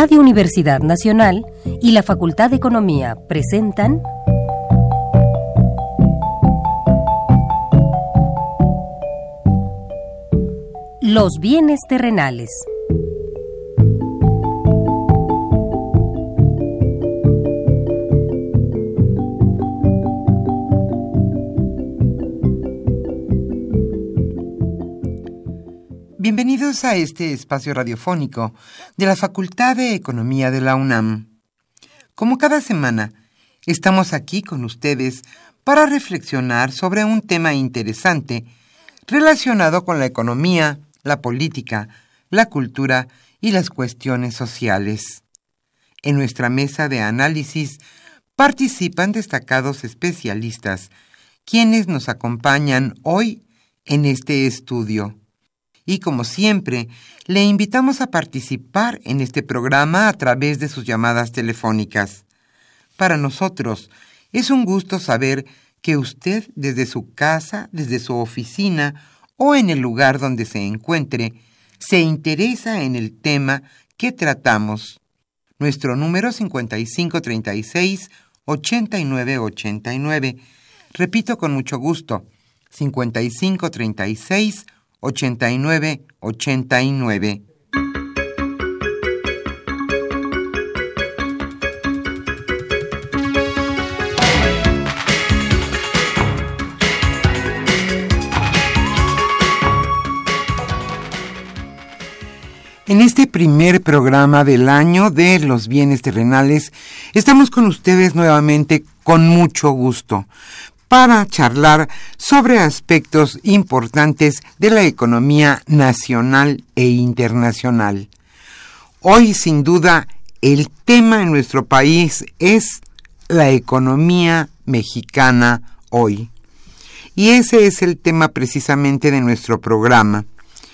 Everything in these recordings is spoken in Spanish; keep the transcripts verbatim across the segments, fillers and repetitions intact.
Radio Universidad Nacional y la Facultad de Economía presentan Los bienes terrenales. Bienvenidos a este espacio radiofónico de la Facultad de Economía de la UNAM. Como cada semana, estamos aquí con ustedes para reflexionar sobre un tema interesante relacionado con la economía, la política, la cultura y las cuestiones sociales. En nuestra mesa de análisis participan destacados especialistas, quienes nos acompañan hoy en este estudio. Y como siempre, le invitamos a participar en este programa a través de sus llamadas telefónicas. Para nosotros, es un gusto saber que usted, desde su casa, desde su oficina o en el lugar donde se encuentre, se interesa en el tema que tratamos. Nuestro número cincuenta y cinco treinta y seis, ochenta y nueve ochenta y nueve. Repito con mucho gusto, cincuenta y cinco treinta y seis, ochenta y nueve ochenta y nueve. En este primer programa del año de los bienes terrenales, estamos con ustedes nuevamente con mucho gusto para charlar sobre aspectos importantes de la economía nacional e internacional. Hoy, sin duda, el tema en nuestro país es la economía mexicana hoy. Y ese es el tema precisamente de nuestro programa.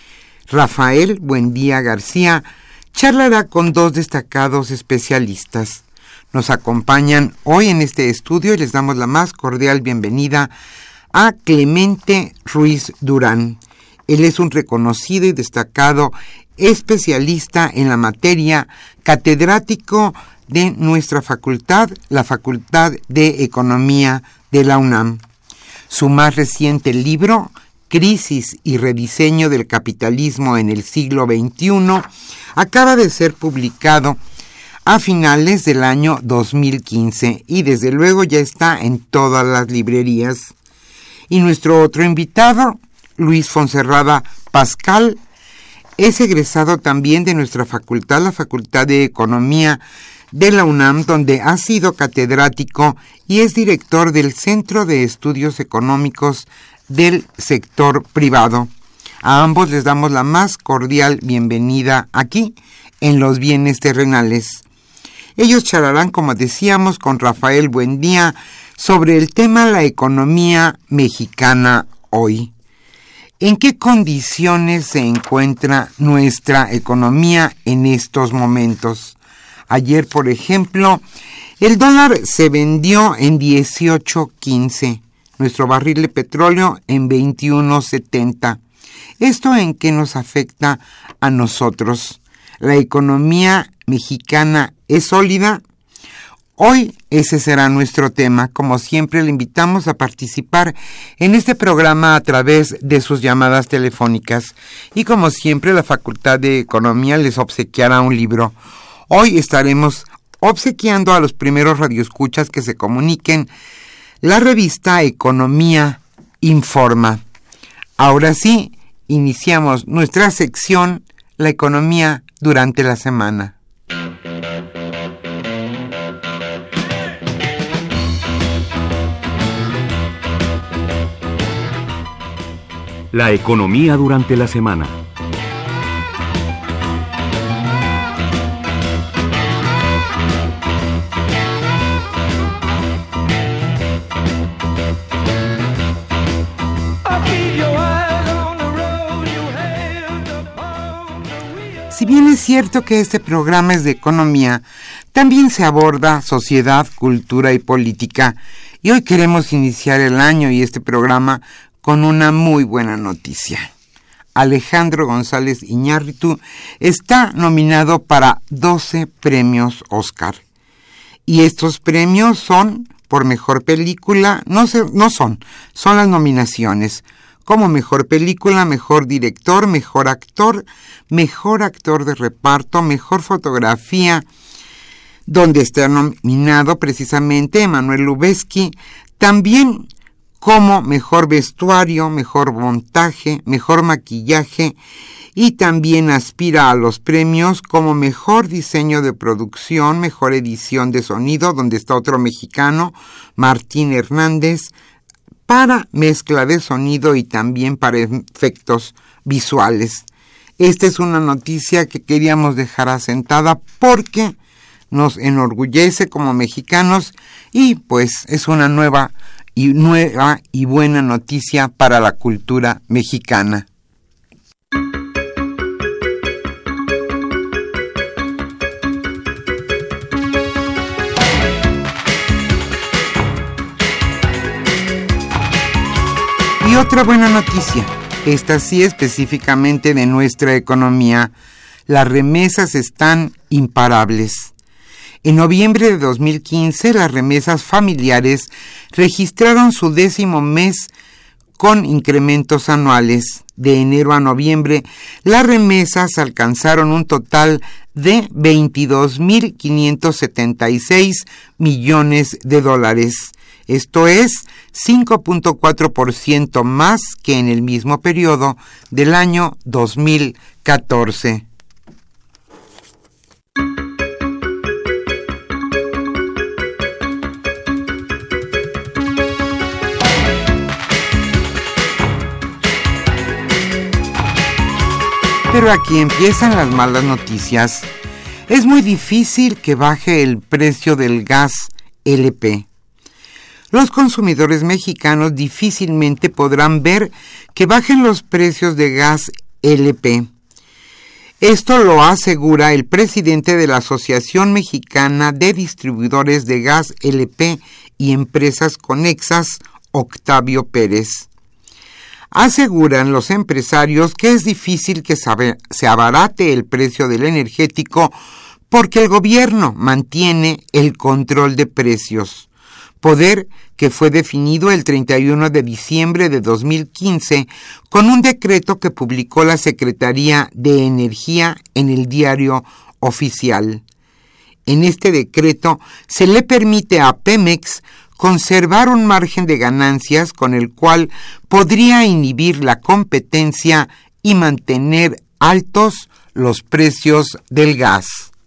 Rafael Buendía García charlará con dos destacados especialistas. Nos acompañan hoy en este estudio y les damos la más cordial bienvenida a Clemente Ruiz Durán. Él es un reconocido y destacado especialista en la materia, catedrático de nuestra facultad, la Facultad de Economía de la UNAM. Su más reciente libro, Crisis y rediseño del capitalismo en el siglo veintiuno, acaba de ser publicado a finales del año dos mil quince y desde luego ya está en todas las librerías. Y nuestro otro invitado, Luis Fonserrada Pascal, es egresado también de nuestra facultad, la Facultad de Economía de la UNAM, donde ha sido catedrático y es director del Centro de Estudios Económicos del Sector Privado. A ambos les damos la más cordial bienvenida aquí en Los Bienes Terrenales. Ellos charlarán, como decíamos, con Rafael Buendía sobre el tema la economía mexicana hoy. ¿En qué condiciones se encuentra nuestra economía en estos momentos? Ayer, por ejemplo, el dólar se vendió en dieciocho quince, nuestro barril de petróleo en veintiuno setenta. ¿Esto en qué nos afecta a nosotros? ¿La economía mexicana es sólida? Hoy ese será nuestro tema. Como siempre, le invitamos a participar en este programa a través de sus llamadas telefónicas. Y como siempre, la Facultad de Economía les obsequiará un libro. Hoy estaremos obsequiando a los primeros radioescuchas que se comuniquen la revista Economía Informa. Ahora sí, iniciamos nuestra sección, la economía durante la semana. La economía durante la semana. Si bien es cierto que este programa es de economía, también se aborda sociedad, cultura y política. Y hoy queremos iniciar el año y este programa con una muy buena noticia. Alejandro González Iñárritu, está nominado para doce premios Oscar. Y estos premios son por mejor película, no, se, no son, son las nominaciones. Como mejor película, mejor director, mejor actor, mejor actor de reparto, mejor fotografía, donde está nominado precisamente Emmanuel Lubezki, también como mejor vestuario, mejor montaje, mejor maquillaje, y también aspira a los premios como mejor diseño de producción, mejor edición de sonido, donde está otro mexicano, Martín Hernández, para mezcla de sonido y también para efectos visuales. Esta es una noticia que queríamos dejar asentada porque nos enorgullece como mexicanos y pues es una nueva y nueva y buena noticia para la cultura mexicana. Y otra buena noticia, esta sí específicamente de nuestra economía, las remesas están imparables. En noviembre de dos mil quince, las remesas familiares registraron su décimo mes con incrementos anuales. De enero a noviembre, las remesas alcanzaron un total de veintidós mil quinientos setenta y seis millones de dólares. Esto es cinco punto cuatro por ciento más que en el mismo periodo del año dos mil catorce. Pero aquí empiezan las malas noticias. Es muy difícil que baje el precio del gas L P. Los consumidores mexicanos difícilmente podrán ver que bajen los precios de gas L P. Esto lo asegura el presidente de la Asociación Mexicana de Distribuidores de Gas L P y Empresas Conexas, Octavio Pérez. Aseguran los empresarios que es difícil que se abarate el precio del energético porque el gobierno mantiene el control de precios, poder que fue definido el treinta y uno de diciembre de dos mil quince con un decreto que publicó la Secretaría de Energía en el Diario Oficial. En este decreto se le permite a Pemex conservar un margen de ganancias con el cual podría inhibir la competencia y mantener altos los precios del gas.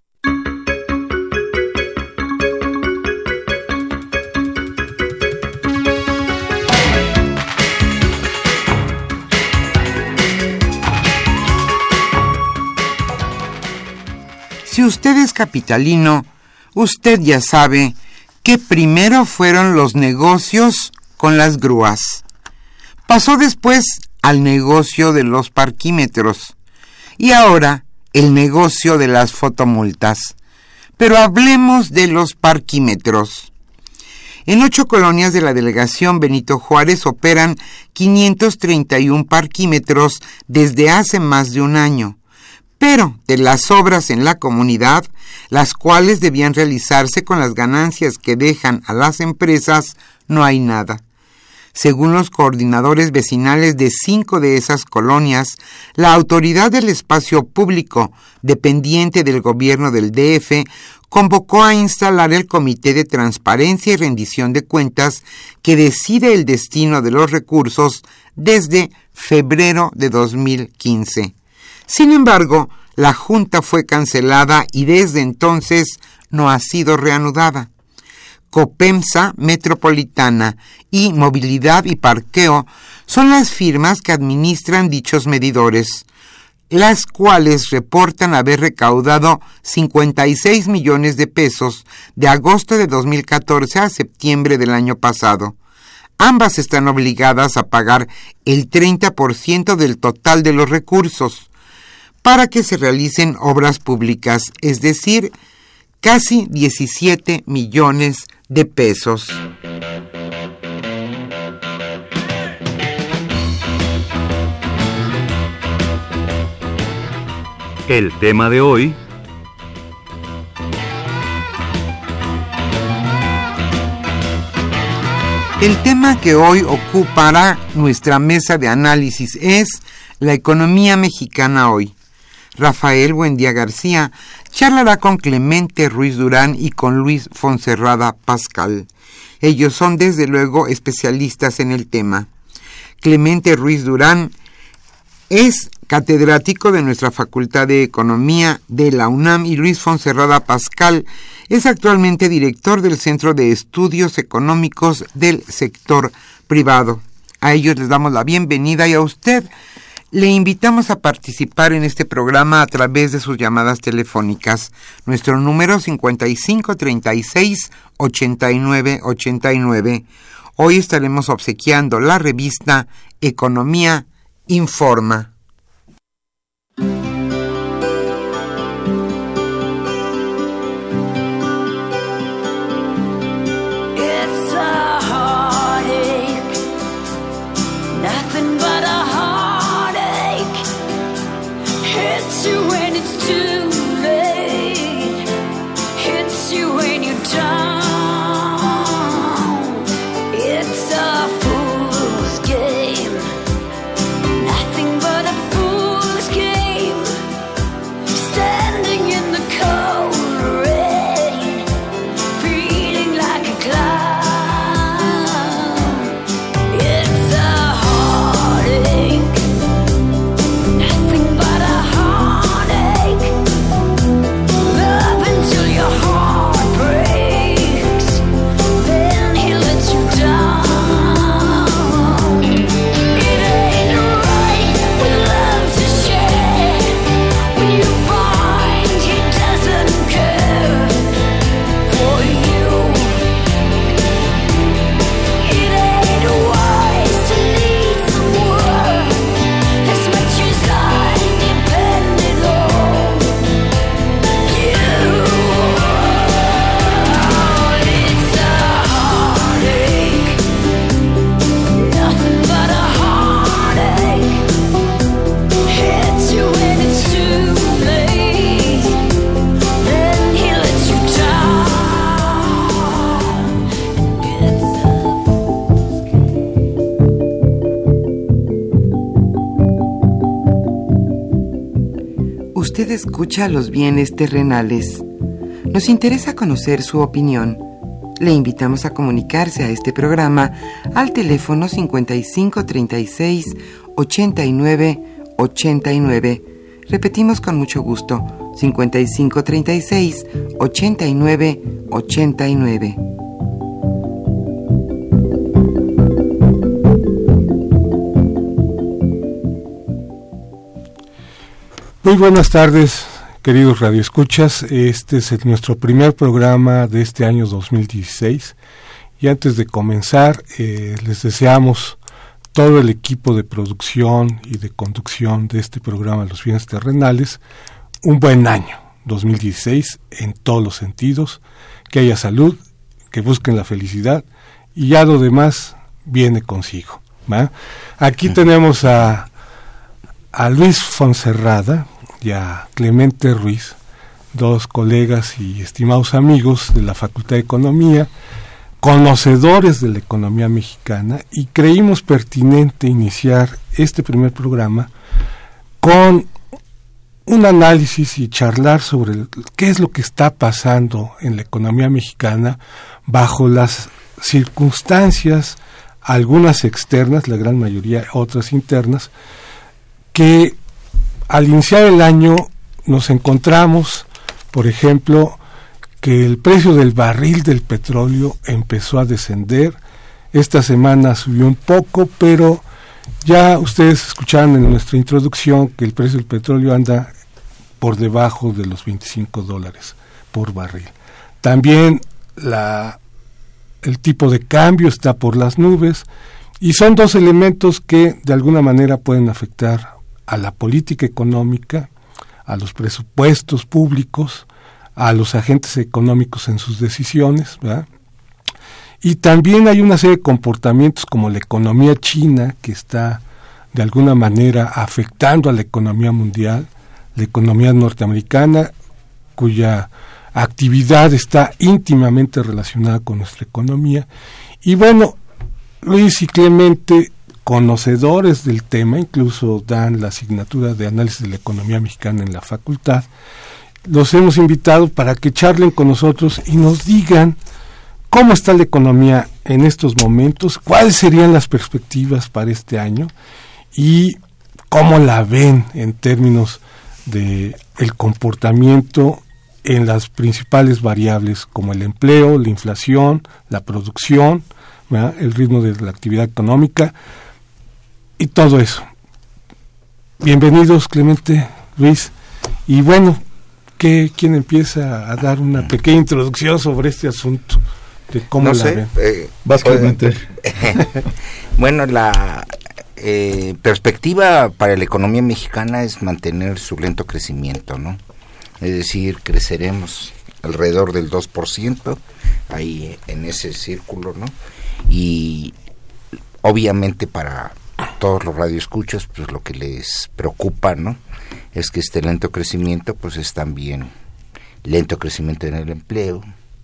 Si usted es capitalino, usted ya sabe que primero fueron los negocios con las grúas. Pasó después al negocio de los parquímetros y ahora el negocio de las fotomultas. Pero hablemos de los parquímetros. En ocho colonias de la delegación Benito Juárez operan quinientos treinta y uno parquímetros desde hace más de un año. Pero de las obras en la comunidad, las cuales debían realizarse con las ganancias que dejan a las empresas, no hay nada. Según los coordinadores vecinales de cinco de esas colonias, la Autoridad del Espacio Público, dependiente del gobierno del D F, convocó a instalar el Comité de Transparencia y Rendición de Cuentas que decide el destino de los recursos desde febrero de dos mil quince. Sin embargo, la junta fue cancelada y desde entonces no ha sido reanudada. Copemsa Metropolitana y Movilidad y Parqueo son las firmas que administran dichos medidores, las cuales reportan haber recaudado cincuenta y seis millones de pesos de agosto de dos mil catorce a septiembre del año pasado. Ambas están obligadas a pagar el treinta por ciento del total de los recursos para que se realicen obras públicas, es decir, casi diecisiete millones de pesos. El tema de hoy: el tema que hoy ocupará nuestra mesa de análisis es la economía mexicana hoy. Rafael Buendía García charlará con Clemente Ruiz Durán y con Luis Fonserrada Pascal. Ellos son desde luego especialistas en el tema. Clemente Ruiz Durán es catedrático de nuestra Facultad de Economía de la UNAM y Luis Fonserrada Pascal es actualmente director del Centro de Estudios Económicos del Sector Privado. A ellos les damos la bienvenida y a usted le invitamos a participar en este programa a través de sus llamadas telefónicas. Nuestro número cincuenta y cinco treinta y seis ochenta y nueve ochenta y nueve. Hoy estaremos obsequiando la revista Economía Informa. Usted escucha Los Bienes Terrenales. Nos interesa conocer su opinión. Le invitamos a comunicarse a este programa al teléfono cincuenta y cinco treinta y seis ochenta y nueve ochenta y nueve. Repetimos con mucho gusto, cincuenta y cinco treinta y seis ochenta y nueve ochenta y nueve. Muy buenas tardes, queridos radioescuchas. Este es el, nuestro primer programa de este año dos mil dieciséis. Y antes de comenzar, eh, les deseamos todo el equipo de producción y de conducción de este programa Los Bienes Terrenales un buen año dos mil dieciséis en todos los sentidos, que haya salud, que busquen la felicidad y ya lo demás viene consigo, ¿va? Aquí tenemos a, a Luis Fonserrada y a Clemente Ruiz, dos colegas y estimados amigos de la Facultad de Economía, conocedores de la economía mexicana, y creímos pertinente iniciar este primer programa con un análisis y charlar sobre qué es lo que está pasando en la economía mexicana bajo las circunstancias, algunas externas, la gran mayoría otras internas, que al iniciar el año nos encontramos, por ejemplo, que el precio del barril del petróleo empezó a descender. Esta semana subió un poco, pero ya ustedes escucharon en nuestra introducción que el precio del petróleo anda por debajo de los veinticinco dólares por barril. También la, el tipo de cambio está por las nubes, y son dos elementos que de alguna manera pueden afectar a la política económica, a los presupuestos públicos, a los agentes económicos en sus decisiones, ¿verdad? Y también hay una serie de comportamientos como la economía china, que está de alguna manera afectando a la economía mundial, la economía norteamericana, cuya actividad está íntimamente relacionada con nuestra economía. Y bueno, Luis y Clemente, conocedores del tema, incluso dan la asignatura de análisis de la economía mexicana en la facultad, los hemos invitado para que charlen con nosotros y nos digan cómo está la economía en estos momentos, cuáles serían las perspectivas para este año y cómo la ven en términos de el comportamiento en las principales variables como el empleo, la inflación, la producción, ¿verdad?, el ritmo de la actividad económica y todo eso. Bienvenidos, Clemente, Luis, y bueno, ¿qué, ¿quién empieza a dar una pequeña introducción sobre este asunto? De cómo no la sé, ven. Eh, Básicamente. Bueno, la eh, perspectiva para la economía mexicana es mantener su lento crecimiento, ¿no? Es decir, creceremos alrededor del dos por ciento, ahí en ese círculo, ¿no? Y obviamente para todos los radioescuchas, pues lo que les preocupa, ¿no?, es que este lento crecimiento, pues es también lento crecimiento en el empleo,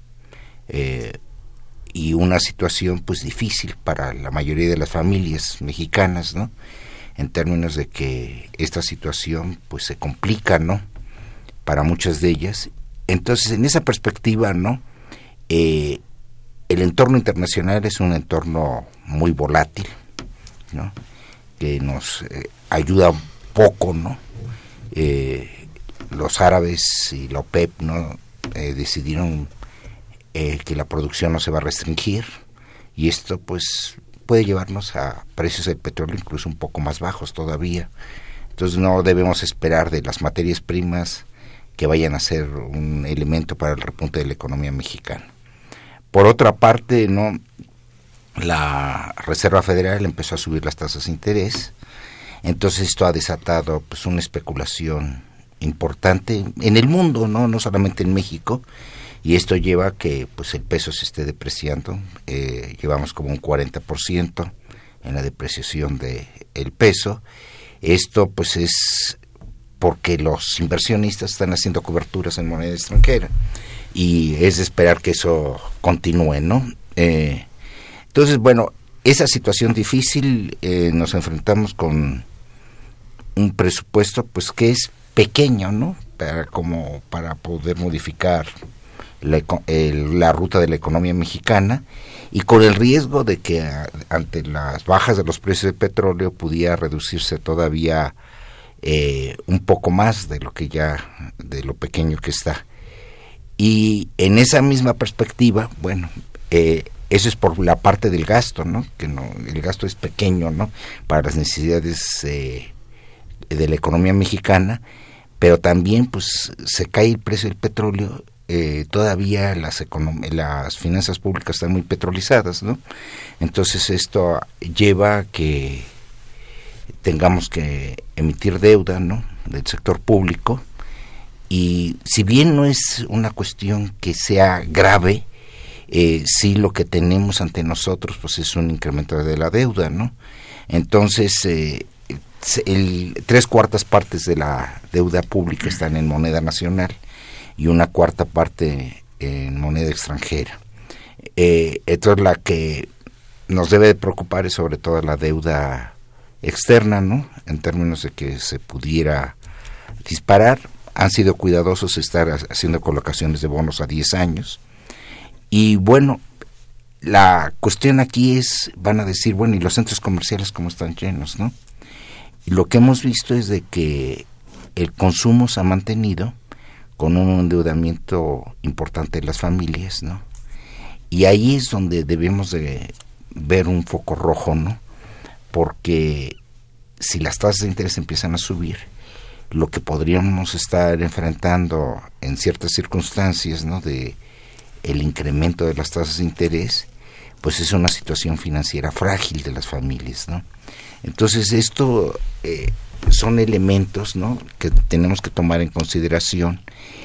eh, y una situación pues difícil para la mayoría de las familias mexicanas, ¿no?, en términos de que esta situación pues se complica, ¿no?, para muchas de ellas. Entonces, en esa perspectiva, ¿no?, eh, el entorno internacional es un entorno muy volátil, ¿no?, que nos eh, ayuda poco, ¿no? Eh, los árabes y la OPEP, ¿no?, eh, decidieron eh, que la producción no se va a restringir, y esto pues puede llevarnos a precios del petróleo incluso un poco más bajos todavía. Entonces no debemos esperar de las materias primas que vayan a ser un elemento para el repunte de la economía mexicana. Por otra parte, ¿no?, la Reserva Federal empezó a subir las tasas de interés, entonces esto ha desatado pues una especulación importante en el mundo, no no solamente en México, y esto lleva a que pues el peso se esté depreciando. Eh, llevamos como un cuarenta por ciento en la depreciación de el peso. Esto pues es porque los inversionistas están haciendo coberturas en moneda extranjera, y es de esperar que eso continúe, ¿no? Eh, entonces, bueno, esa situación difícil, eh, nos enfrentamos con un presupuesto pues que es pequeño, ¿no?, para como para poder modificar la, el, la ruta de la economía mexicana, y con el riesgo de que a, ante las bajas de los precios del petróleo pudiera reducirse todavía eh, un poco más de lo que ya, de lo pequeño que está. Y en esa misma perspectiva, bueno, eh, eso es por la parte del gasto, ¿no?, que no, el gasto es pequeño, ¿no?, para las necesidades eh, de la economía mexicana, pero también pues se cae el precio del petróleo, eh, todavía las econom- las finanzas públicas están muy petrolizadas, ¿no? Entonces esto lleva a que tengamos que emitir deuda, ¿no?, del sector público, y si bien no es una cuestión que sea grave, eh, sí lo que tenemos ante nosotros pues es un incremento de la deuda, ¿no? Entonces eh, el, tres cuartas partes de la deuda pública están en moneda nacional y una cuarta parte en moneda extranjera. Eh, entonces la que nos debe de preocupar es sobre todo la deuda externa, ¿no?, en términos de que se pudiera disparar. Han sido cuidadosos estar haciendo colocaciones de bonos a diez años. Y bueno, la cuestión aquí es, van a decir, bueno, ¿y los centros comerciales cómo están llenos, no? Y lo que hemos visto es de que el consumo se ha mantenido con un endeudamiento importante de las familias, ¿no? Y ahí es donde debemos de ver un foco rojo, ¿no? Porque si las tasas de interés empiezan a subir, lo que podríamos estar enfrentando en ciertas circunstancias, ¿no?, de el incremento de las tasas de interés, pues es una situación financiera frágil de las familias, ¿no? Entonces esto eh, son elementos, ¿no?, que tenemos que tomar en consideración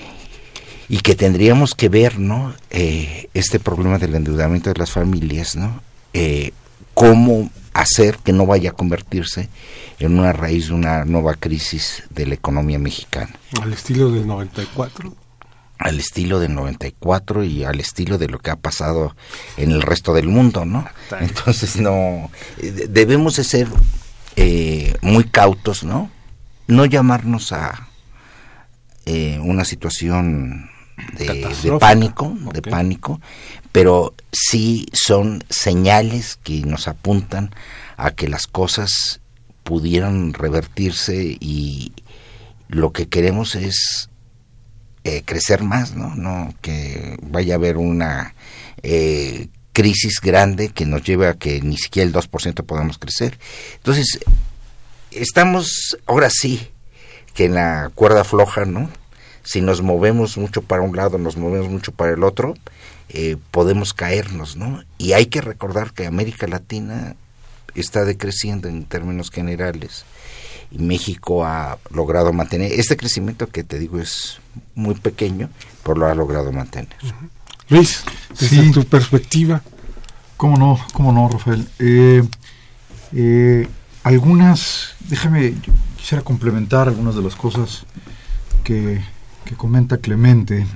y que tendríamos que ver, ¿no?, eh, este problema del endeudamiento de las familias, ¿no?, eh, cómo hacer que no vaya a convertirse en una raíz de una nueva crisis de la economía mexicana. Al estilo del noventa y cuatro. Al estilo del noventa y cuatro y al estilo de lo que ha pasado en el resto del mundo, ¿no? Entonces, no, debemos de ser eh, muy cautos, ¿no? No llamarnos a eh, una situación de, de pánico, de okay. pánico, pero sí son señales que nos apuntan a que las cosas pudieran revertirse y lo que queremos es eh, crecer más, ¿no? No que vaya a haber una eh, crisis grande que nos lleve a que ni siquiera el dos por ciento podamos crecer. Entonces, estamos ahora sí que en la cuerda floja, ¿no? Si nos movemos mucho para un lado, nos movemos mucho para el otro, eh, podemos caernos, ¿no? Y hay que recordar que América Latina está decreciendo en términos generales y México ha logrado mantener este crecimiento que te digo es muy pequeño, pero lo ha logrado mantener. Uh-huh. Luis, desde sí. tu perspectiva. ¿Cómo no? ¿Cómo no, Rafael? Eh, eh, algunas, déjame, quisiera complementar algunas de las cosas que, que comenta Clemente.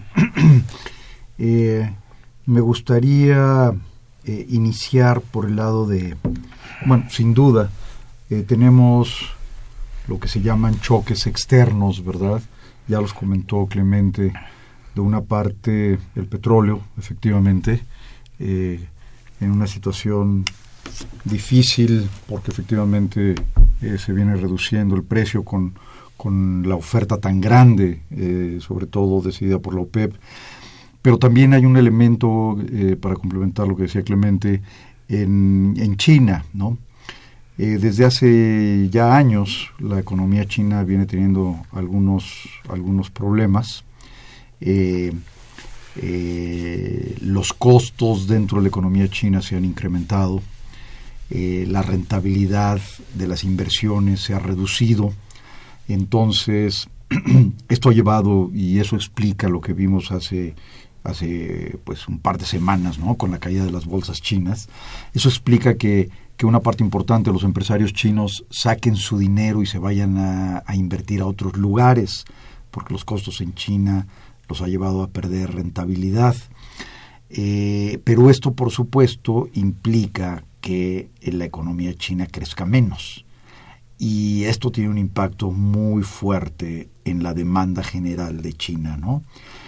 eh, me gustaría eh, iniciar por el lado de, bueno, sin duda, eh, tenemos lo que se llaman choques externos, ¿verdad? Ya los comentó Clemente, de una parte el petróleo, efectivamente, eh, en una situación difícil porque efectivamente eh, se viene reduciendo el precio con, con la oferta tan grande, eh, sobre todo decidida por la OPEP. Pero también hay un elemento, eh, para complementar lo que decía Clemente, en, en China, ¿no? Eh, desde hace ya años la economía china viene teniendo algunos, algunos problemas. Eh, eh, los costos dentro de la economía china se han incrementado, eh, la rentabilidad de las inversiones se ha reducido. Entonces, esto ha llevado, y eso explica lo que vimos hace hace pues un par de semanas, ¿no? Con la caída de las bolsas chinas. Eso explica que, que una parte importante de los empresarios chinos saquen su dinero y se vayan a, a invertir a otros lugares, porque los costos en China los ha llevado a perder rentabilidad. Eh, pero esto, por supuesto, implica que la economía china crezca menos. Y esto tiene un impacto muy fuerte en la demanda general de China, ¿no?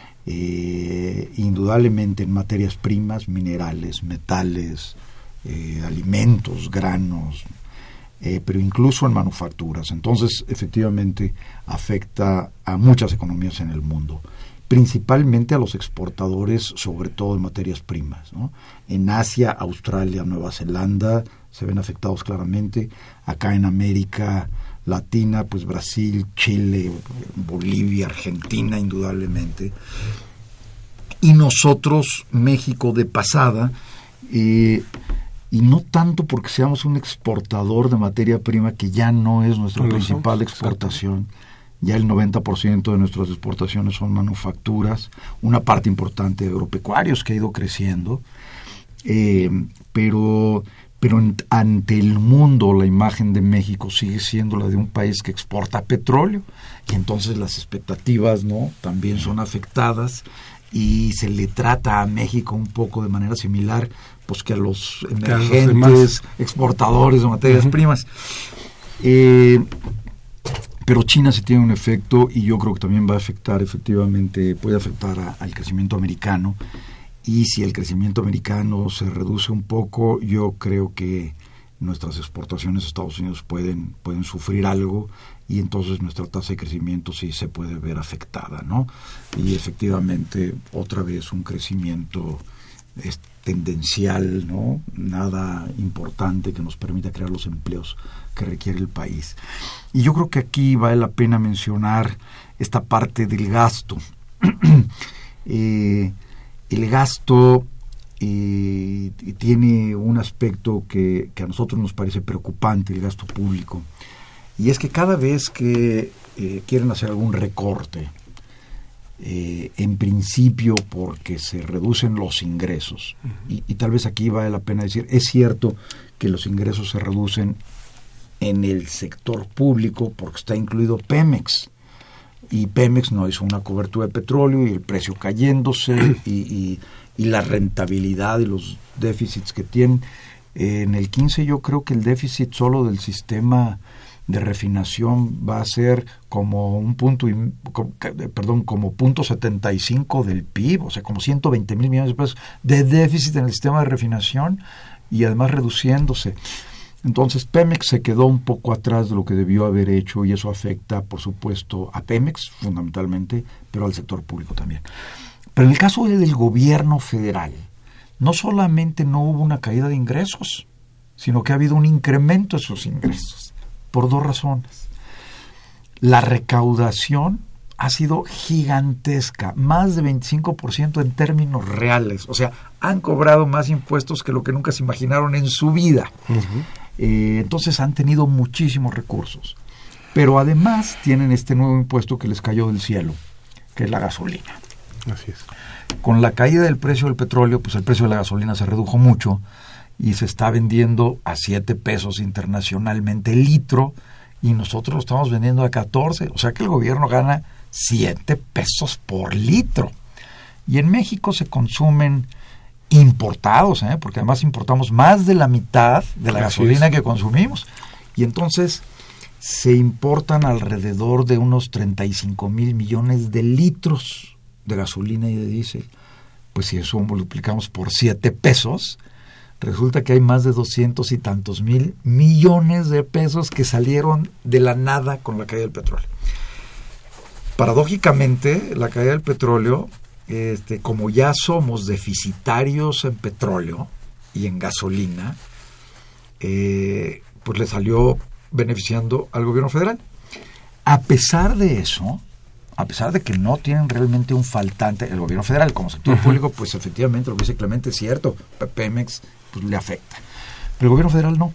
Eh, indudablemente en materias primas, minerales, metales, eh, alimentos, granos, eh, pero incluso en manufacturas. Entonces, efectivamente, afecta a muchas economías en el mundo, principalmente a los exportadores, sobre todo en materias primas, ¿no? En Asia, Australia, Nueva Zelanda se ven afectados claramente. Acá en América Latina, pues Brasil, Chile, Bolivia, Argentina, indudablemente. Y nosotros, México de pasada, eh, y no tanto porque seamos un exportador de materia prima, que ya no es nuestra no principal somos, exportación. Exacto. Ya el noventa por ciento de nuestras exportaciones son manufacturas, una parte importante de agropecuarios que ha ido creciendo, eh, pero... pero en, ante el mundo la imagen de México sigue siendo la de un país que exporta petróleo, y entonces las expectativas, ¿no?, también son afectadas, y se le trata a México un poco de manera similar pues que a los emergentes exportadores de materias uh-huh. primas. Eh, pero China sí tiene un efecto, y yo creo que también va a afectar, efectivamente, puede afectar a, al crecimiento americano. Y si el crecimiento americano se reduce un poco, yo creo que nuestras exportaciones a Estados Unidos pueden, pueden sufrir algo, y entonces nuestra tasa de crecimiento sí se puede ver afectada, ¿no? Y efectivamente, otra vez un crecimiento es tendencial, ¿no? Nada importante que nos permita crear los empleos que requiere el país. Y yo creo que aquí vale la pena mencionar esta parte del gasto. eh, El gasto eh, tiene un aspecto que, que a nosotros nos parece preocupante, el gasto público. Y es que cada vez que eh, quieren hacer algún recorte, eh, en principio porque se reducen los ingresos. Uh-huh. Y, y tal vez aquí vale la pena decir, es cierto que los ingresos se reducen en el sector público porque está incluido Pemex. Y Pemex no hizo una cobertura de petróleo y el precio cayéndose y, y, y la rentabilidad y los déficits que tienen. Eh, en el quince yo creo que el déficit solo del sistema de refinación va a ser como un punto, y, como, perdón, como punto setenta y cinco del P I B, o sea, como ciento veinte mil millones de pesos de déficit en el sistema de refinación y además reduciéndose. Entonces Pemex se quedó un poco atrás de lo que debió haber hecho y eso afecta, por supuesto, a Pemex fundamentalmente, pero al sector público también. Pero en el caso del gobierno federal, no solamente no hubo una caída de ingresos, sino que ha habido un incremento de esos ingresos, por dos razones. La recaudación ha sido gigantesca, más de veinticinco por ciento en términos reales, o sea, han cobrado más impuestos que lo que nunca se imaginaron en su vida. Uh-huh. Eh, entonces han tenido muchísimos recursos, pero además tienen este nuevo impuesto que les cayó del cielo, que es la gasolina. Así es. Con la caída del precio del petróleo, pues el precio de la gasolina se redujo mucho y se está vendiendo a siete pesos internacionalmente el litro y nosotros lo estamos vendiendo a catorce, o sea que el gobierno gana siete pesos por litro. Y en México se consumen importados, ¿eh? Porque además importamos más de la mitad de la Así gasolina es. que consumimos. Y entonces se importan alrededor de unos treinta y cinco mil millones de litros de gasolina y de diésel. Pues si eso multiplicamos por siete pesos, resulta que hay más de doscientos y tantos mil millones de pesos que salieron de la nada con la caída del petróleo. Paradójicamente, la caída del petróleo, este, como ya somos deficitarios en petróleo y en gasolina, eh, pues le salió beneficiando al gobierno federal. A pesar de eso, a pesar de que no tienen realmente un faltante, el gobierno federal como sector uh-huh. público, pues efectivamente lo que dice Clemente es cierto, Pemex pues le afecta, pero el gobierno federal no.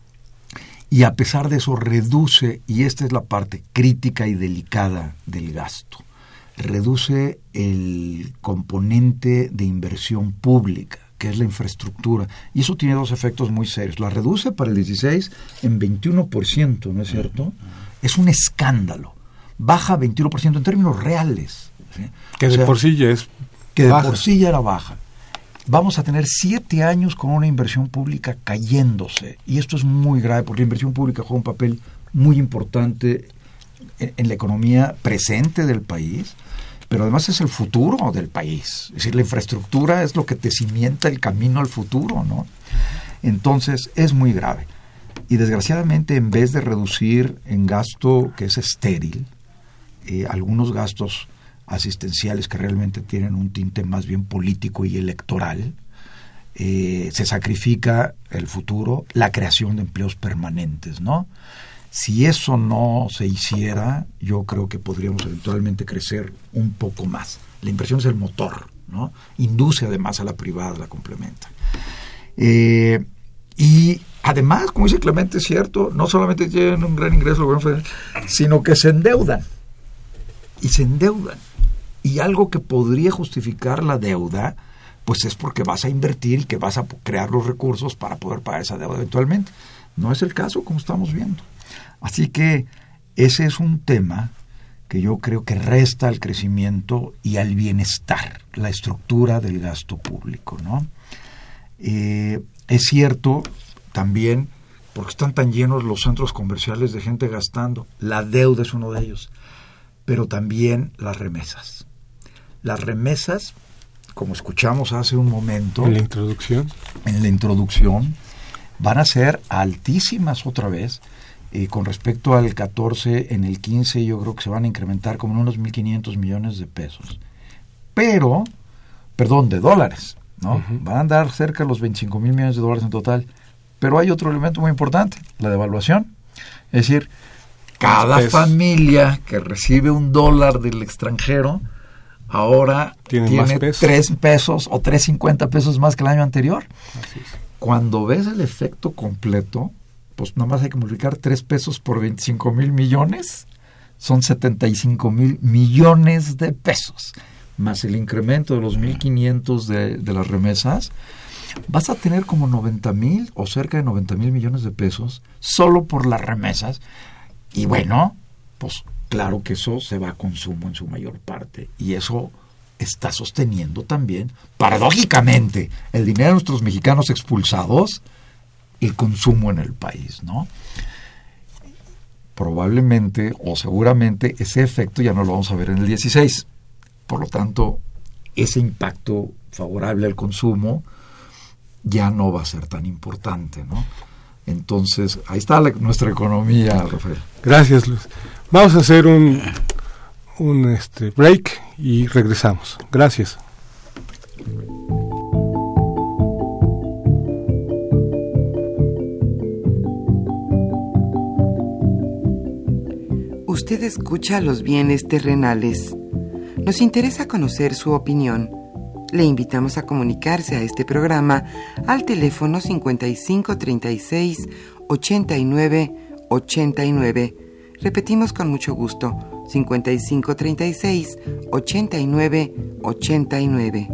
Y a pesar de eso reduce, y esta es la parte crítica y delicada del gasto, reduce el componente de inversión pública, que es la infraestructura, y eso tiene dos efectos muy serios. La reduce para el dieciséis en veintiuno por ciento, ¿no es cierto? Es un escándalo. Baja veintiuno por ciento en términos reales, ¿sí? Que o de sea, por sí ya es que de baja. por sí ya era baja. Vamos a tener siete años con una inversión pública cayéndose, y esto es muy grave porque la inversión pública juega un papel muy importante en, en la economía presente del país, pero además es el futuro del país. Es decir, la infraestructura es lo que te cimienta el camino al futuro, ¿no? Entonces es muy grave. Y desgraciadamente, en vez de reducir en gasto que es estéril, eh, algunos gastos asistenciales que realmente tienen un tinte más bien político y electoral, eh, se sacrifica el futuro, la creación de empleos permanentes, ¿no? Si eso no se hiciera, yo creo que podríamos eventualmente crecer un poco más. La inversión es el motor, ¿no? Induce además a la privada, la complementa. Eh, y además, como dice Clemente, es cierto, no solamente tienen un gran ingreso el gobierno federal, sino que se endeudan. Y se endeudan. Y algo que podría justificar la deuda, pues es porque vas a invertir y que vas a crear los recursos para poder pagar esa deuda eventualmente. No es el caso, como estamos viendo. Así que ese es un tema que yo creo que resta al crecimiento y al bienestar, la estructura del gasto público, ¿no? Eh, es cierto también, porque están tan llenos los centros comerciales de gente gastando, la deuda es uno de ellos, pero también las remesas. Las remesas, como escuchamos hace un momento, en la introducción, en la introducción, van a ser altísimas otra vez. Eh, con respecto al catorce, en el quince yo creo que se van a incrementar como en unos mil quinientos millones de pesos. Pero, perdón, de dólares, ¿no? Uh-huh. Van a andar cerca de los veinticinco mil millones de dólares en total. Pero hay otro elemento muy importante, la devaluación. Es decir, cada familia que recibe un dólar del extranjero ahora tiene, tiene pesos. tres pesos o tres cincuenta pesos más que el año anterior. Así es. Cuando ves el efecto completo, pues nada más hay que multiplicar tres pesos por veinticinco mil millones, son setenta y cinco mil millones de pesos, más el incremento de los mil quinientos de, de las remesas, vas a tener como noventa mil o cerca de noventa mil millones de pesos solo por las remesas. Y bueno, pues claro que eso se va a consumo en su mayor parte, y eso está sosteniendo también, paradójicamente, el dinero de nuestros mexicanos expulsados, el consumo en el país, ¿no? Probablemente o seguramente ese efecto ya no lo vamos a ver en el dieciséis. Por lo tanto, ese impacto favorable al consumo ya no va a ser tan importante, ¿no? Entonces, ahí está la, nuestra economía, Rafael. Gracias, Luis. Vamos a hacer un, un este, break y regresamos. Gracias. Usted escucha Los bienes terrenales. Nos interesa conocer su opinión. Le invitamos a comunicarse a este programa al teléfono cincuenta y cinco treinta y seis ochenta y nueve ochenta y nueve. Repetimos con mucho gusto, cincuenta y cinco treinta y seis ochenta y nueve ochenta y nueve.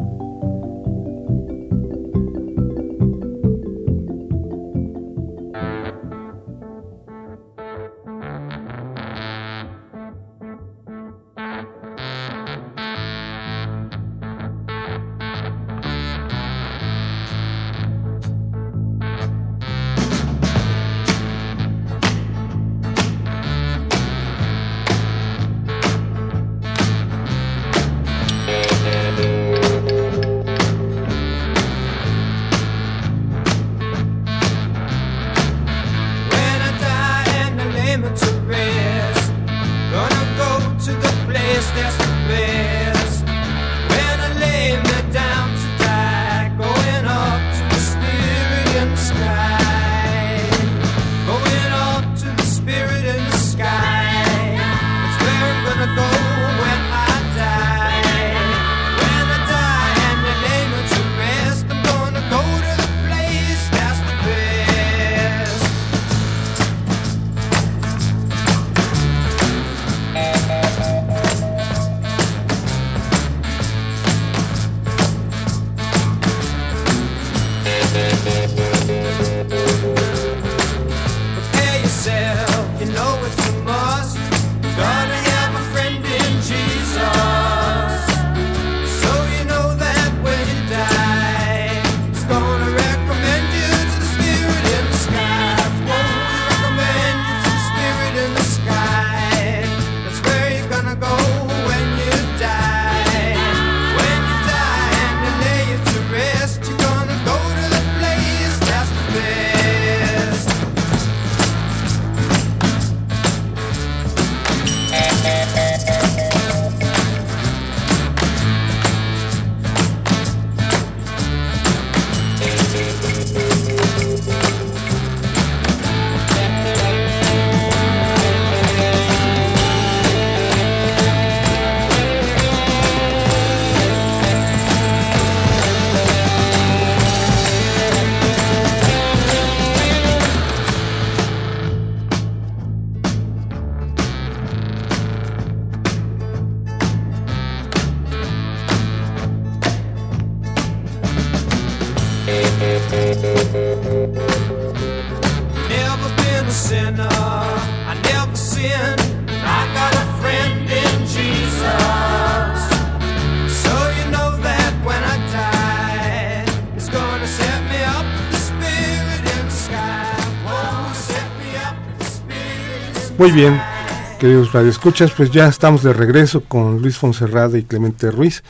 Muy bien, queridos radioescuchas, pues ya estamos de regreso con Luis Fonserrada y Clemente Ruiz.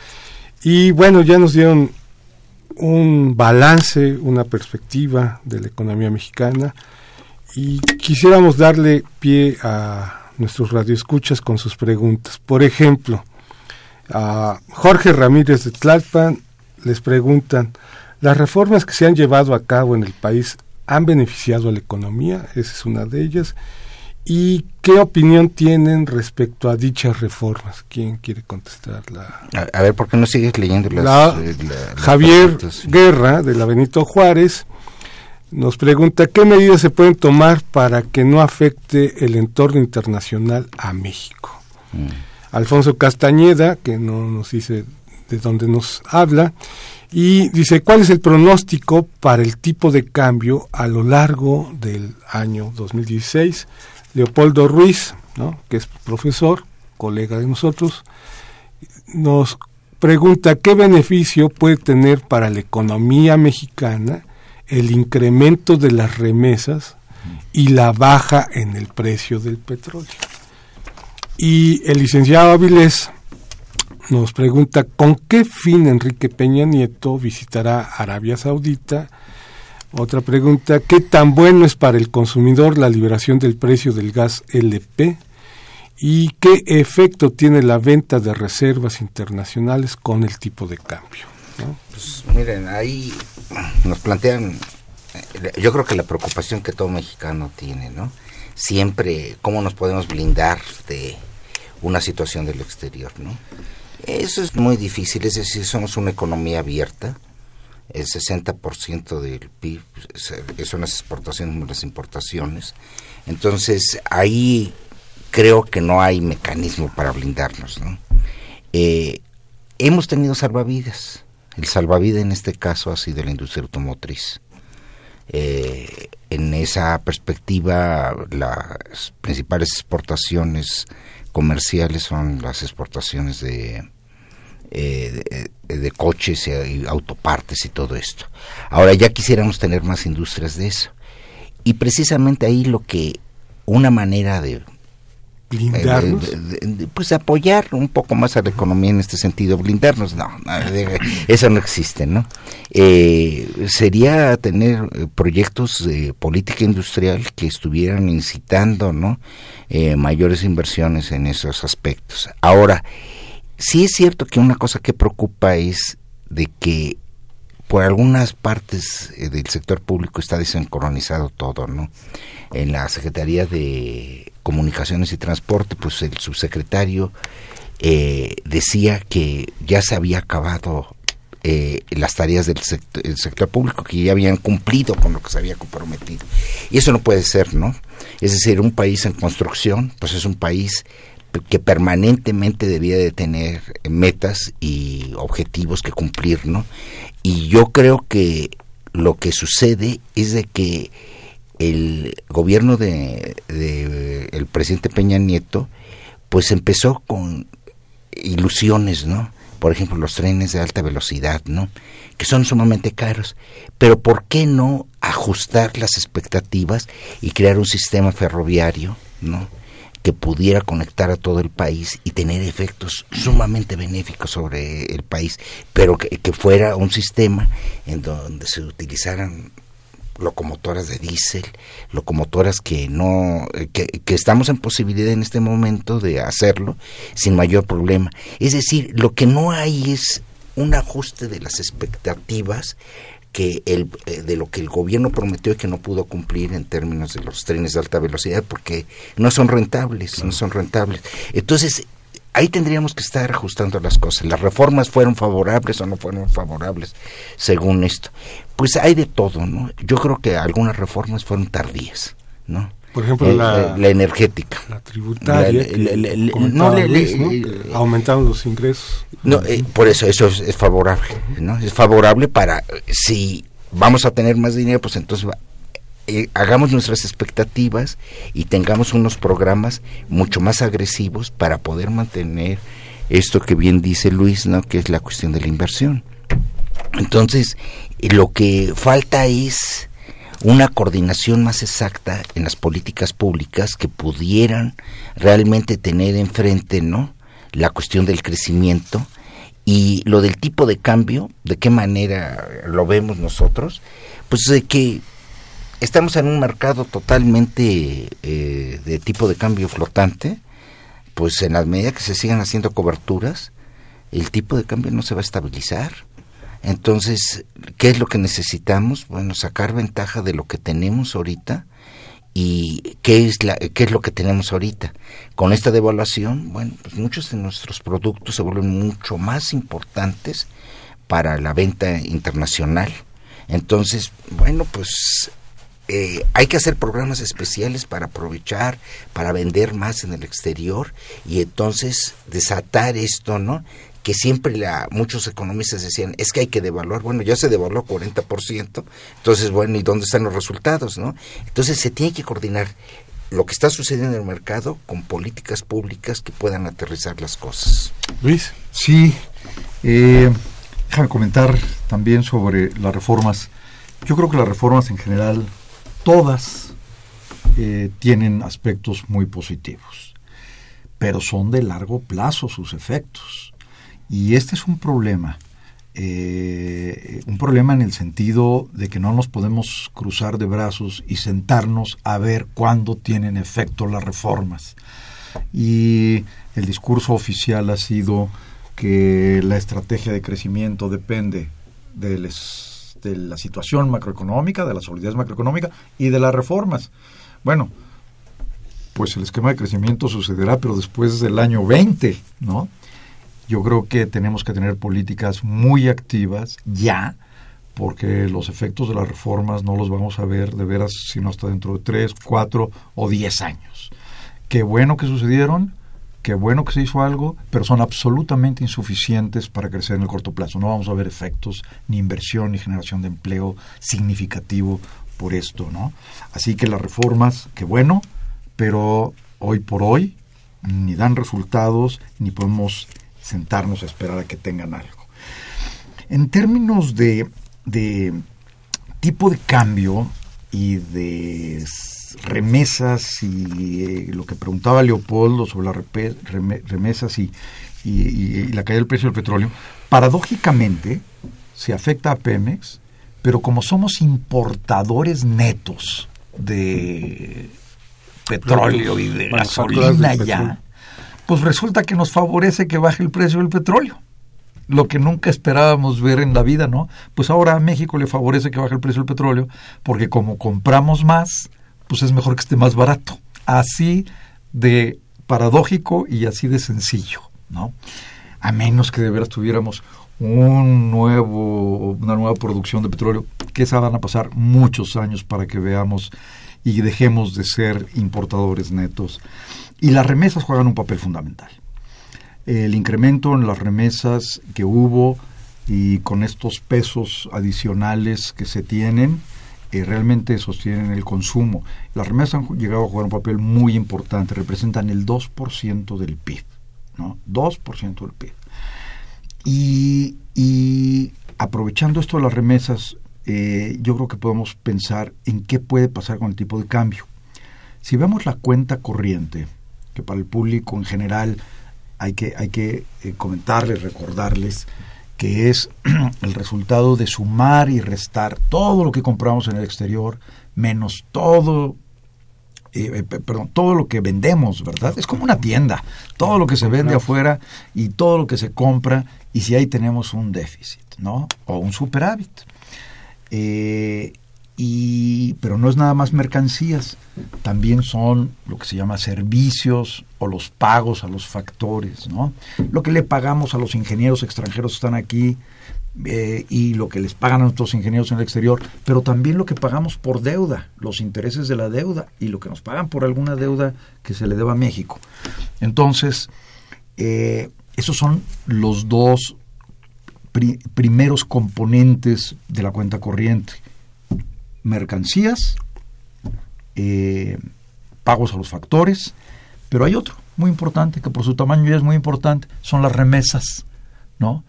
Y bueno, ya nos dieron un balance, una perspectiva de la economía mexicana, y quisiéramos darle pie a nuestros radioescuchas con sus preguntas. Por ejemplo, a Jorge Ramírez de Tlalpan les preguntan: ¿las reformas que se han llevado a cabo en el país han beneficiado a la economía? Esa es una de ellas. ¿Y qué opinión tienen respecto a dichas reformas? ¿Quién quiere contestar? La, a, a ver, ¿por qué no sigues leyendo las... La, eh, la, Javier las sí. Guerra, de la Benito Juárez, nos pregunta qué medidas se pueden tomar para que no afecte el entorno internacional a México. Mm. Alfonso Castañeda, que no nos dice de dónde nos habla, y dice, ¿cuál es el pronóstico para el tipo de cambio a lo largo del año dos mil dieciséis? Leopoldo Ruiz, ¿no?, que es profesor, colega de nosotros, nos pregunta qué beneficio puede tener para la economía mexicana el incremento de las remesas y la baja en el precio del petróleo. Y el licenciado Avilés nos pregunta con qué fin Enrique Peña Nieto visitará Arabia Saudita. Otra pregunta, ¿qué tan bueno es para el consumidor la liberación del precio del gas L P? ¿Y qué efecto tiene la venta de reservas internacionales con el tipo de cambio? ¿No? Pues miren, ahí nos plantean, yo creo que la preocupación que todo mexicano tiene, ¿no? Siempre, ¿cómo nos podemos blindar de una situación del exterior, ¿no? Eso es muy difícil, es decir, somos una economía abierta, el sesenta por ciento del P I B son las exportaciones y las importaciones, entonces ahí creo que no hay mecanismo para blindarnos, ¿no? Eh, hemos tenido salvavidas, el salvavidas en este caso ha sido la industria automotriz. Eh, en esa perspectiva, las principales exportaciones comerciales son las exportaciones de, eh, de, de coches y autopartes y todo esto. Ahora ya quisiéramos tener más industrias de eso. Y precisamente ahí lo que, una manera de blindarnos, eh, de, de, de, pues apoyar un poco más a la economía en este sentido, blindarnos, no, no de, eso no existe, ¿no? Eh, sería tener eh, proyectos de política industrial que estuvieran incitando, ¿no?, eh, mayores inversiones en esos aspectos. Ahora, sí es cierto que una cosa que preocupa es de que por algunas partes eh, del sector público está desincronizado todo, ¿no? En la Secretaría de Comunicaciones y Transporte, pues el subsecretario eh, decía que ya se había acabado eh, las tareas del sector, el sector público, que ya habían cumplido con lo que se había comprometido. Y eso no puede ser, ¿no? Es decir, un país en construcción, pues es un país que permanentemente debía de tener metas y objetivos que cumplir, ¿no? Y yo creo que lo que sucede es de que el gobierno de, de el presidente Peña Nieto pues empezó con ilusiones, ¿no? Por ejemplo, los trenes de alta velocidad, ¿no?, que son sumamente caros, pero ¿por qué no ajustar las expectativas y crear un sistema ferroviario, ¿no?, que pudiera conectar a todo el país y tener efectos sumamente benéficos sobre el país, pero que, que fuera un sistema en donde se utilizaran locomotoras de diésel, locomotoras que no, que, que estamos en posibilidad en este momento de hacerlo sin mayor problema. Es decir, lo que no hay es un ajuste de las expectativas que el de lo que el gobierno prometió y que no pudo cumplir en términos de los trenes de alta velocidad, porque no son rentables, no son rentables. Entonces, ahí tendríamos que estar ajustando las cosas. ¿Las reformas fueron favorables o no fueron favorables según esto? Pues hay de todo, ¿no? Yo creo que algunas reformas fueron tardías, ¿no? Por ejemplo, eh, la, la energética. La tributaria, la, la, la, la, no, le, Luis, le, ¿no? Que aumentaron los ingresos. No, eh, por eso, eso es, es favorable, ¿no? Es favorable para, si vamos a tener más dinero, pues entonces va, eh, hagamos nuestras expectativas y tengamos unos programas mucho más agresivos para poder mantener esto que bien dice Luis, ¿no?, que es la cuestión de la inversión. Entonces, lo que falta es una coordinación más exacta en las políticas públicas que pudieran realmente tener enfrente, ¿no?, la cuestión del crecimiento y lo del tipo de cambio. ¿De qué manera lo vemos nosotros? Pues de que estamos en un mercado totalmente eh, de tipo de cambio flotante, pues en la medida que se sigan haciendo coberturas, el tipo de cambio no se va a estabilizar. Entonces, ¿qué es lo que necesitamos? Bueno, sacar ventaja de lo que tenemos ahorita. ¿Y qué es la qué es lo que tenemos ahorita? Con esta devaluación, bueno, pues muchos de nuestros productos se vuelven mucho más importantes para la venta internacional. Entonces, bueno, pues eh, hay que hacer programas especiales para aprovechar, para vender más en el exterior y entonces desatar esto, ¿no? Que siempre la, muchos economistas decían, es que hay que devaluar, bueno, ya se devaluó cuarenta por ciento, entonces, bueno, ¿y dónde están los resultados, no? Entonces se tiene que coordinar lo que está sucediendo en el mercado con políticas públicas que puedan aterrizar las cosas. Luis. Sí, eh, déjame comentar también sobre las reformas. Yo creo que las reformas en general, todas eh, tienen aspectos muy positivos, pero son de largo plazo sus efectos. Y este es un problema, eh, un problema en el sentido de que no nos podemos cruzar de brazos y sentarnos a ver cuándo tienen efecto las reformas. Y el discurso oficial ha sido que la estrategia de crecimiento depende de, les, de la situación macroeconómica, de la solidez macroeconómica y de las reformas. Bueno, pues el esquema de crecimiento sucederá, pero después del año veinte, ¿no? Yo creo que tenemos que tener políticas muy activas ya, porque los efectos de las reformas no los vamos a ver de veras sino hasta dentro de tres, cuatro o diez años. Qué bueno que sucedieron, qué bueno que se hizo algo, pero son absolutamente insuficientes para crecer en el corto plazo. No vamos a ver efectos, ni inversión, ni generación de empleo significativo por esto, ¿no? Así que las reformas, qué bueno, pero hoy por hoy ni dan resultados, ni podemos sentarnos a esperar a que tengan algo. En términos de, de tipo de cambio y de remesas y eh, lo que preguntaba Leopoldo sobre las repe, rem, remesas y, y, y la caída del precio del petróleo, paradójicamente se afecta a Pemex, pero como somos importadores netos de petróleo y de gasolina ya, pues resulta que nos favorece que baje el precio del petróleo, lo que nunca esperábamos ver en la vida, ¿no? Pues ahora a México le favorece que baje el precio del petróleo, porque como compramos más, pues es mejor que esté más barato. Así de paradójico y así de sencillo, ¿no? A menos que de veras tuviéramos un nuevo, una nueva producción de petróleo, que esa van a pasar muchos años para que veamos y dejemos de ser importadores netos. Y las remesas juegan un papel fundamental. El incremento en las remesas que hubo y con estos pesos adicionales que se tienen, eh, realmente sostienen el consumo. Las remesas han llegado a jugar un papel muy importante, representan el dos por ciento del P I B, ¿no? dos por ciento del P I B. Y, y aprovechando esto de las remesas, eh, yo creo que podemos pensar en qué puede pasar con el tipo de cambio. Si vemos la cuenta corriente, que para el público en general hay que, hay que eh, comentarles, recordarles que es el resultado de sumar y restar todo lo que compramos en el exterior, menos todo, eh, eh, perdón, todo lo que vendemos, ¿verdad? Es como una tienda, todo lo que se vende afuera y todo lo que se compra, y si ahí tenemos un déficit, ¿no? O un superávit. Eh, y pero no es nada más mercancías, también son lo que se llama servicios o los pagos a los factores, ¿no? Lo que le pagamos a los ingenieros extranjeros que están aquí eh, y lo que les pagan a nuestros ingenieros en el exterior, pero también lo que pagamos por deuda, los intereses de la deuda y lo que nos pagan por alguna deuda que se le deba a México. Entonces, eh, esos son los dos pri- primeros componentes de la cuenta corriente. Mercancías, eh, pagos a los factores, pero hay otro muy importante que por su tamaño ya es muy importante, son las remesas, ¿no?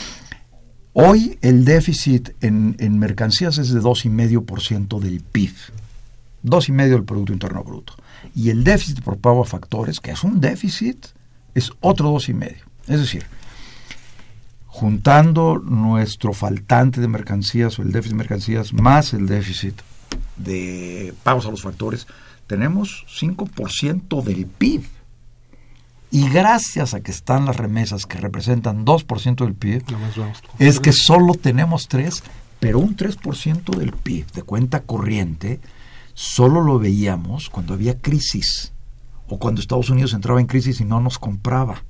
Hoy el déficit en, en mercancías es de dos coma cinco por ciento del P I B, dos coma cinco por ciento del Producto Interno Bruto, y el déficit por pago a factores, que es un déficit, es otro dos coma cinco por ciento. Es decir, juntando nuestro faltante de mercancías o el déficit de mercancías más el déficit de pagos a los factores, tenemos cinco por ciento del P I B. Y gracias a que están las remesas que representan dos por ciento del P I B, es que solo tenemos tres, pero un tres por ciento del P I B de cuenta corriente solo lo veíamos cuando había crisis o cuando Estados Unidos entraba en crisis y no nos compraba.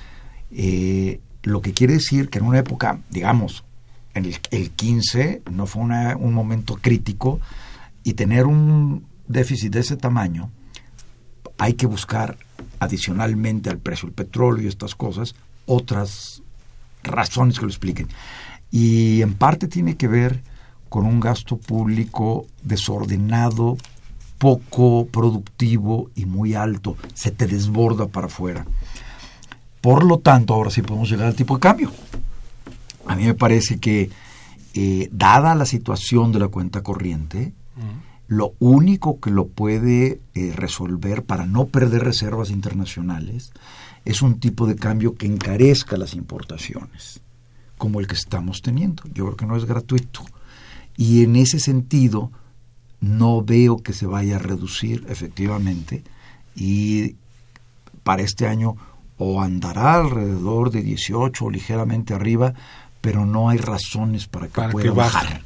Eh, lo que quiere decir que en una época, digamos, en el, el quince no fue una, un momento crítico, y tener un déficit de ese tamaño, hay que buscar adicionalmente al precio del petróleo y estas cosas, otras razones que lo expliquen. Y en parte tiene que ver con un gasto público desordenado, poco productivo y muy alto. Se te desborda para afuera. Por lo tanto, ahora sí podemos llegar al tipo de cambio. A mí me parece que, eh, dada la situación de la cuenta corriente, uh-huh. lo único que lo puede eh, resolver para no perder reservas internacionales es un tipo de cambio que encarezca las importaciones, como el que estamos teniendo. Yo creo que no es gratuito. Y en ese sentido, no veo que se vaya a reducir efectivamente, y para este año o andará alrededor de dieciocho o ligeramente arriba, pero no hay razones para que para pueda que bajar.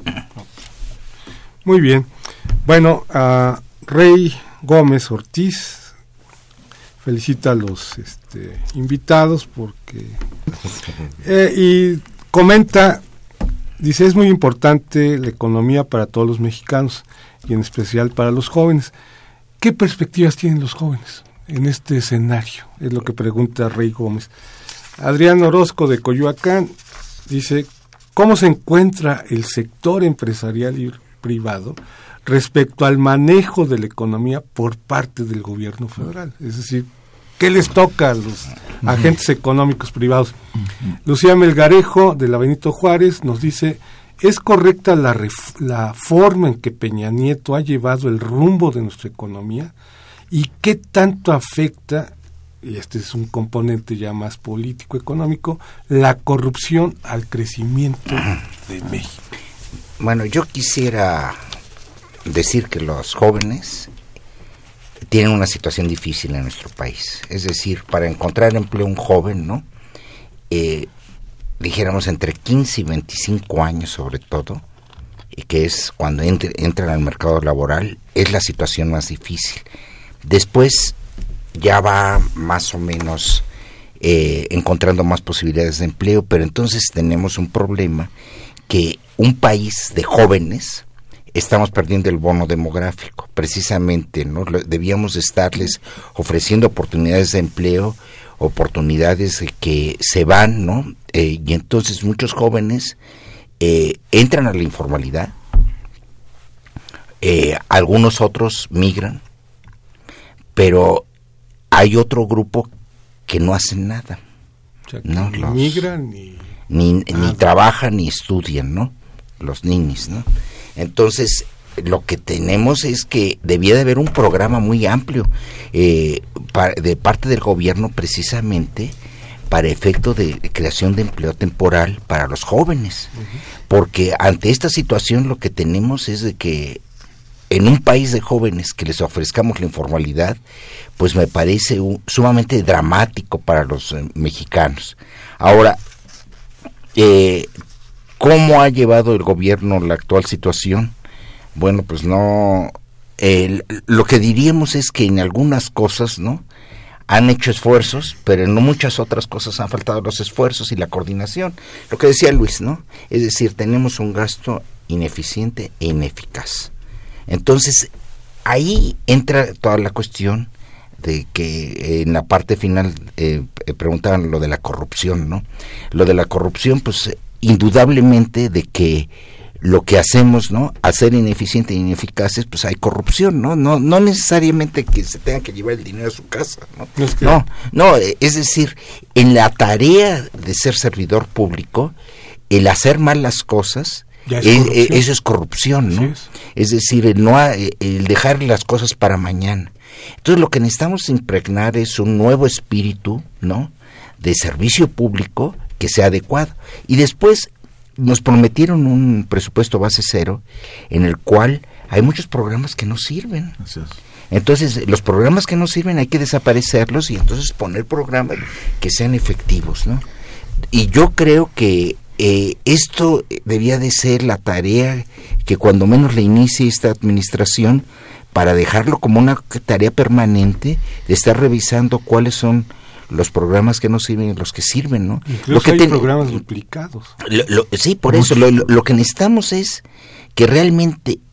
Muy bien. Bueno, a Rey Gómez Ortiz felicita a los este, invitados porque eh, y comenta, dice, es muy importante la economía para todos los mexicanos y en especial para los jóvenes. ¿Qué perspectivas tienen los jóvenes en este escenario? Es lo que pregunta Rey Gómez. Adrián Orozco de Coyoacán dice, ¿cómo se encuentra el sector empresarial y privado respecto al manejo de la economía por parte del gobierno federal? Es decir, ¿qué les toca a los uh-huh. agentes económicos privados? Uh-huh. Lucía Melgarejo de la Benito Juárez nos dice, ¿es correcta la, ref- la forma en que Peña Nieto ha llevado el rumbo de nuestra economía? ¿Y qué tanto afecta, y este es un componente ya más político-económico, la corrupción al crecimiento de México? Bueno, yo quisiera decir que los jóvenes tienen una situación difícil en nuestro país. Es decir, para encontrar empleo un joven, ¿no? Eh, dijéramos entre quince y veinticinco años sobre todo, y que es cuando entre, entran al mercado laboral, es la situación más difícil. Después ya va más o menos eh, encontrando más posibilidades de empleo, pero entonces tenemos un problema que un país de jóvenes estamos perdiendo el bono demográfico, precisamente, ¿no? Debíamos estarles ofreciendo oportunidades de empleo, oportunidades que se van, ¿no? Eh, y entonces muchos jóvenes eh, entran a la informalidad, eh, algunos otros migran, pero hay otro grupo que no hacen nada. O sea, que ¿no? ni Los, migran ni... Ni, ni trabajan ni estudian, ¿no? Los niños, ¿no? Entonces, lo que tenemos es que debía de haber un programa muy amplio eh, pa, de parte del gobierno precisamente para efecto de creación de empleo temporal para los jóvenes. Uh-huh. Porque ante esta situación lo que tenemos es de que en un país de jóvenes que les ofrezcamos la informalidad, pues me parece un, sumamente dramático para los eh, mexicanos. Ahora, eh, ¿cómo ha llevado el gobierno la actual situación? Bueno, pues no, eh, lo que diríamos es que en algunas cosas, ¿no?, han hecho esfuerzos, pero en muchas otras cosas han faltado los esfuerzos y la coordinación. Lo que decía Luis, ¿no? Es decir, tenemos un gasto ineficiente e ineficaz. Entonces, ahí entra toda la cuestión de que eh, en la parte final eh, eh, preguntaban lo de la corrupción, ¿no? Lo de la corrupción, pues, eh, indudablemente de que lo que hacemos, ¿no?, al ser ineficientes e ineficaces, pues hay corrupción, ¿no? No no necesariamente que se tenga que llevar el dinero a su casa, ¿no? No, es que... no, no, es decir, en la tarea de ser servidor público, el hacer mal las cosas, es es, eso es corrupción, ¿no? Es. es decir, el, no, el dejar las cosas para mañana. Entonces, lo que necesitamos impregnar es un nuevo espíritu, ¿no?, de servicio público que sea adecuado. Y después nos prometieron un presupuesto base cero en el cual hay muchos programas que no sirven. Entonces, los programas que no sirven hay que desaparecerlos y entonces poner programas que sean efectivos, ¿no? Y yo creo que eh, esto debía de ser la tarea que cuando menos le inicie esta administración, para dejarlo como una tarea permanente de estar revisando cuáles son los programas que no sirven y los que sirven, ¿no? Incluso lo que hay ten... programas duplicados. Lo, lo, sí, por Muchos. eso, lo, lo, lo que necesitamos es que realmente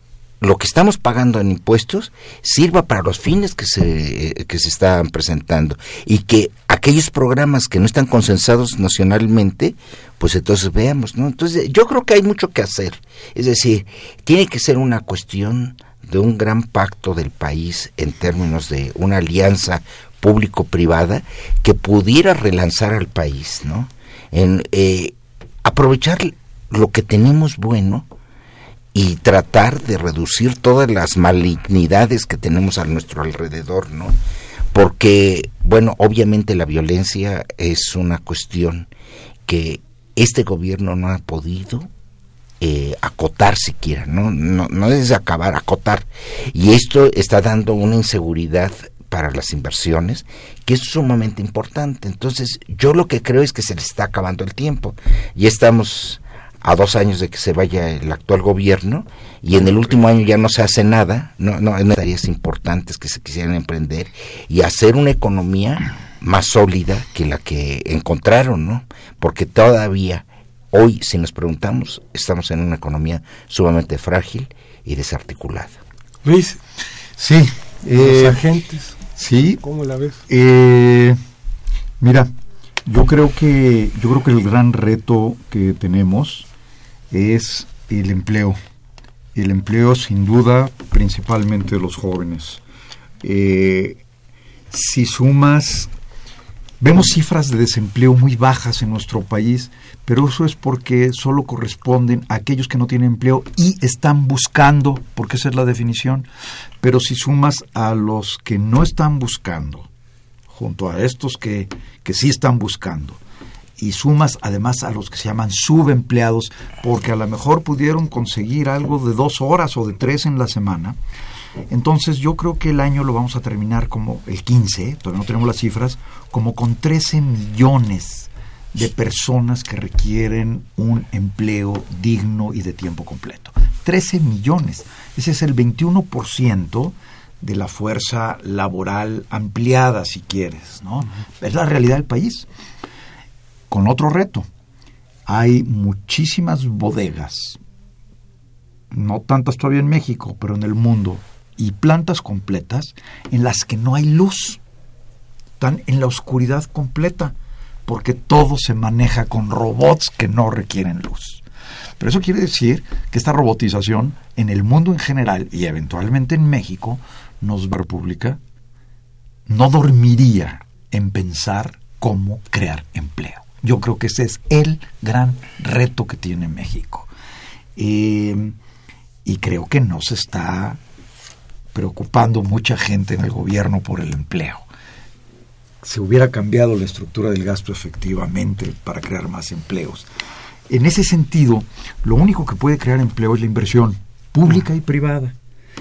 lo que estamos pagando en impuestos sirva para los fines que se que se están presentando, y que aquellos programas que no están consensados nacionalmente, pues entonces veamos, ¿no? Entonces yo creo que hay mucho que hacer. Es decir, tiene que ser una cuestión de un gran pacto del país en términos de una alianza público-privada que pudiera relanzar al país, ¿no? En eh, aprovechar lo que tenemos bueno y tratar de reducir todas las malignidades que tenemos a nuestro alrededor, ¿no? Porque, bueno, obviamente la violencia es una cuestión que este gobierno no ha podido eh, acotar siquiera, ¿no? No, no es acabar, acotar. Y esto está dando una inseguridad para las inversiones que es sumamente importante. Entonces, yo lo que creo es que se les está acabando el tiempo. Ya estamos a dos años de que se vaya el actual gobierno, y en el último año ya no se hace nada, no, no, hay tareas importantes que se quisieran emprender y hacer una economía más sólida que la que encontraron, ¿no? Porque todavía, hoy, si nos preguntamos, estamos en una economía sumamente frágil y desarticulada. Luis, sí, eh, los agentes, sí, ¿cómo la ves? Eh, mira, yo creo que yo creo que el gran reto que tenemos es el empleo. El empleo, sin duda, principalmente de los jóvenes. Eh, si sumas, vemos cifras de desempleo muy bajas en nuestro país, pero eso es porque solo corresponden a aquellos que no tienen empleo y están buscando, porque esa es la definición. Pero si sumas a los que no están buscando, junto a estos que, que sí están buscando, y sumas además a los que se llaman subempleados, porque a lo mejor pudieron conseguir algo de dos horas o de tres en la semana, entonces yo creo que el año lo vamos a terminar como el quince, todavía no tenemos las cifras, como con trece millones de personas que requieren un empleo digno y de tiempo completo. trece millones, ese es el veintiuno por ciento de la fuerza laboral ampliada, si quieres, ¿no? Uh-huh. Es la realidad del país. Con otro reto, hay muchísimas bodegas, no tantas todavía en México, pero en el mundo, y plantas completas en las que no hay luz, están en la oscuridad completa, porque todo se maneja con robots que no requieren luz. Pero eso quiere decir que esta robotización en el mundo en general, y eventualmente en México, nos república, no dormiría en pensar cómo crear empleo. Yo creo que ese es el gran reto que tiene México. Eh, y creo que no se está preocupando mucha gente en el gobierno por el empleo. Se hubiera cambiado la estructura del gasto efectivamente para crear más empleos. En ese sentido, lo único que puede crear empleo es la inversión pública y privada.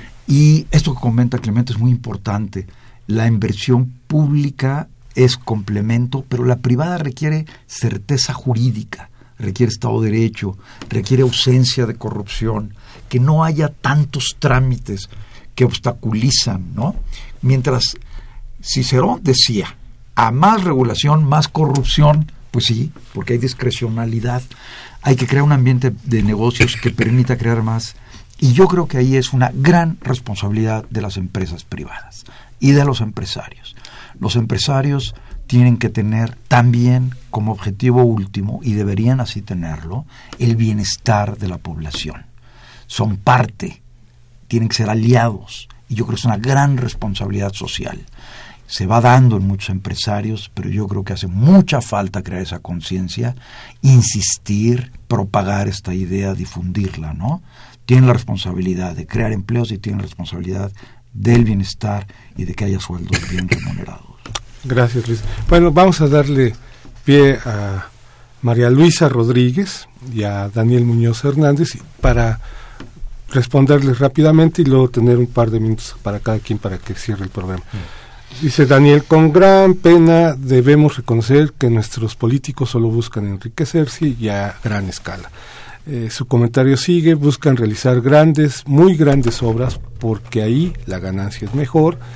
Y esto que comenta Clemente es muy importante. La inversión pública es complemento, pero la privada requiere certeza jurídica, requiere Estado de Derecho, requiere ausencia de corrupción, que no haya tantos trámites que obstaculizan, ¿no? Mientras Cicerón decía, a más regulación, más corrupción, pues sí, porque hay discrecionalidad, hay que crear un ambiente de negocios que permita crear más, y yo creo que ahí es una gran responsabilidad de las empresas privadas y de los empresarios. Los empresarios tienen que tener también como objetivo último, y deberían así tenerlo, el bienestar de la población. Son parte, tienen que ser aliados, y yo creo que es una gran responsabilidad social. Se va dando en muchos empresarios, pero yo creo que hace mucha falta crear esa conciencia, insistir, propagar esta idea, difundirla, ¿no? Tienen la responsabilidad de crear empleos y tienen la responsabilidad del bienestar y de que haya sueldos bien remunerados. Gracias, Luis. Bueno, vamos a darle pie a María Luisa Rodríguez y a Daniel Muñoz Hernández para responderles rápidamente y luego tener un par de minutos para cada quien para que cierre el programa. Mm. Dice Daniel, con gran pena debemos reconocer que nuestros políticos solo buscan enriquecerse y a gran escala. Eh, su comentario sigue, buscan realizar grandes, muy grandes obras porque ahí la ganancia es mejor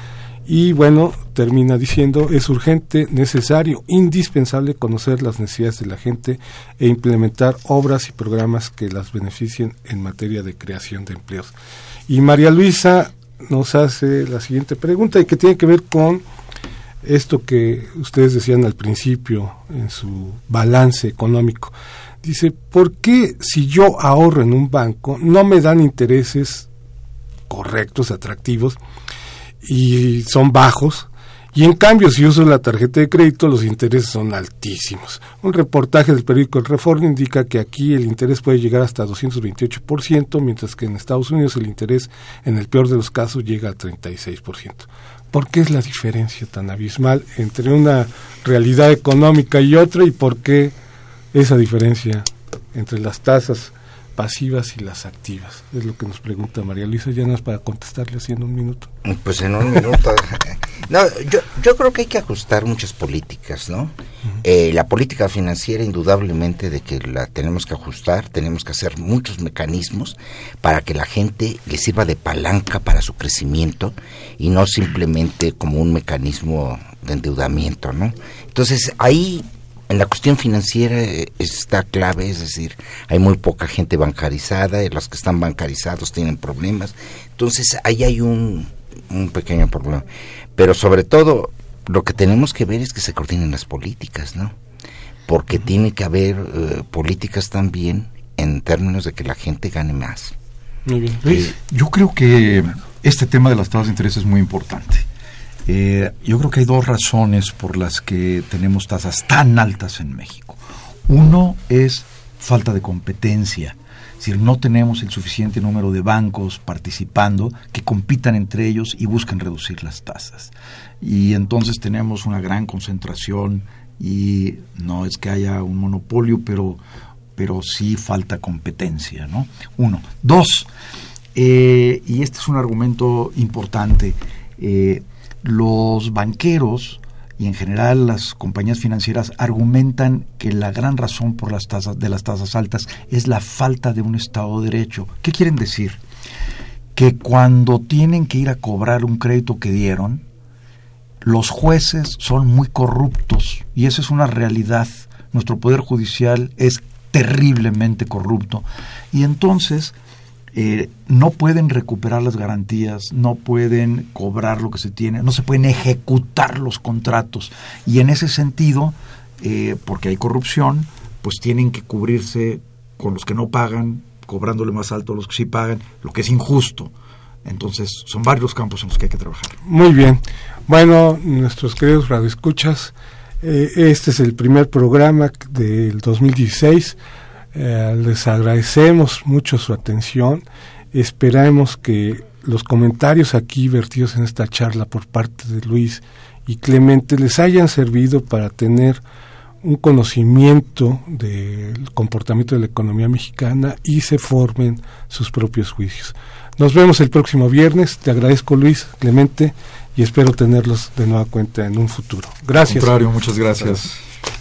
Y bueno, termina diciendo, es urgente, necesario, indispensable conocer las necesidades de la gente e implementar obras y programas que las beneficien en materia de creación de empleos. Y María Luisa nos hace la siguiente pregunta, y que tiene que ver con esto que ustedes decían al principio en su balance económico. Dice, ¿por qué si yo ahorro en un banco no me dan intereses correctos, atractivos, y son bajos, y en cambio si uso la tarjeta de crédito los intereses son altísimos? Un reportaje del periódico El Reforma indica que aquí el interés puede llegar hasta doscientos veintiocho por ciento, mientras que en Estados Unidos el interés en el peor de los casos llega al treinta y seis por ciento. ¿Por qué es la diferencia tan abismal entre una realidad económica y otra, y por qué esa diferencia entre las tasas pasivas y las activas? Es lo que nos pregunta María Luisa. Ya no es para contestarle así en un minuto. Pues en un minuto. No, yo, yo creo que hay que ajustar muchas políticas, ¿no? Uh-huh. Eh, la política financiera, indudablemente, de que la tenemos que ajustar, tenemos que hacer muchos mecanismos para que la gente le sirva de palanca para su crecimiento y no simplemente como un mecanismo de endeudamiento, ¿no? Entonces, ahí en la cuestión financiera está clave, es decir, hay muy poca gente bancarizada, y los que están bancarizados tienen problemas, entonces ahí hay un, un pequeño problema. Pero sobre todo, lo que tenemos que ver es que se coordinen las políticas, ¿no? Porque tiene que haber uh, políticas también en términos de que la gente gane más. Muy bien. Eh, yo creo que este tema de las tasas de interés es muy importante. Eh, yo creo que hay dos razones por las que tenemos tasas tan altas en México. Uno es falta de competencia, es decir, no tenemos el suficiente número de bancos participando que compitan entre ellos y busquen reducir las tasas. Y entonces tenemos una gran concentración, y no es que haya un monopolio, pero, pero sí falta competencia, ¿no? Uno. Dos, eh, y este es un argumento importante, eh, los banqueros y en general las compañías financieras argumentan que la gran razón por las tasas de las tasas altas es la falta de un Estado de Derecho. ¿Qué quieren decir? Que cuando tienen que ir a cobrar un crédito que dieron, los jueces son muy corruptos, y esa es una realidad. Nuestro poder judicial es terriblemente corrupto, y entonces Eh, no pueden recuperar las garantías, no pueden cobrar lo que se tiene, no se pueden ejecutar los contratos, y en ese sentido, eh, porque hay corrupción, pues tienen que cubrirse con los que no pagan, cobrándole más alto a los que sí pagan, lo que es injusto. Entonces son varios campos en los que hay que trabajar. Muy bien. Bueno, nuestros queridos radioescuchas, eh, este es el primer programa del dos mil dieciséis. Eh, les agradecemos mucho su atención. Esperamos que los comentarios aquí vertidos en esta charla por parte de Luis y Clemente les hayan servido para tener un conocimiento del comportamiento de la economía mexicana y se formen sus propios juicios. Nos vemos el próximo viernes. Te agradezco, Luis, Clemente, y espero tenerlos de nueva cuenta en un futuro. Gracias. Al contrario, muchas gracias.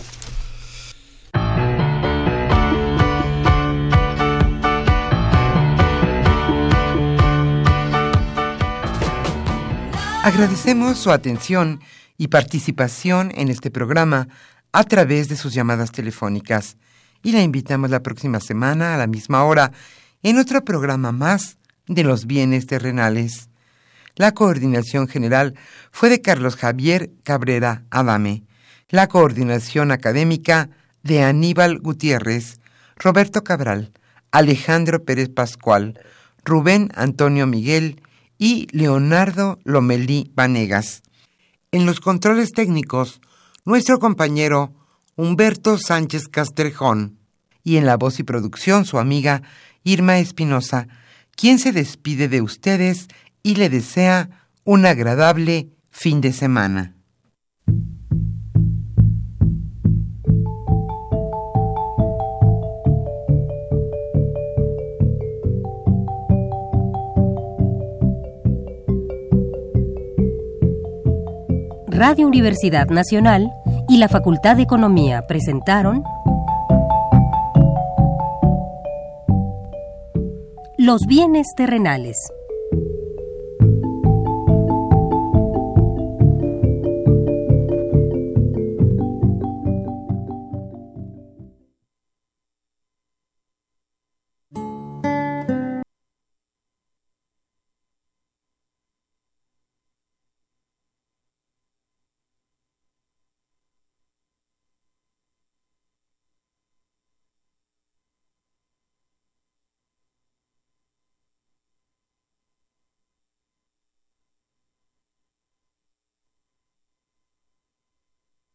Agradecemos su atención y participación en este programa a través de sus llamadas telefónicas, y la invitamos la próxima semana a la misma hora en otro programa más de los bienes terrenales. La coordinación general fue de Carlos Javier Cabrera Adame, la coordinación académica de Aníbal Gutiérrez, Roberto Cabral, Alejandro Pérez Pascual, Rubén Antonio Miguel y Leonardo Lomelí Vanegas. En los controles técnicos, nuestro compañero Humberto Sánchez Castrejón, y en la voz y producción su amiga Irma Espinosa, quien se despide de ustedes y le desea un agradable fin de semana. Radio Universidad Nacional y la Facultad de Economía presentaron Los bienes terrenales.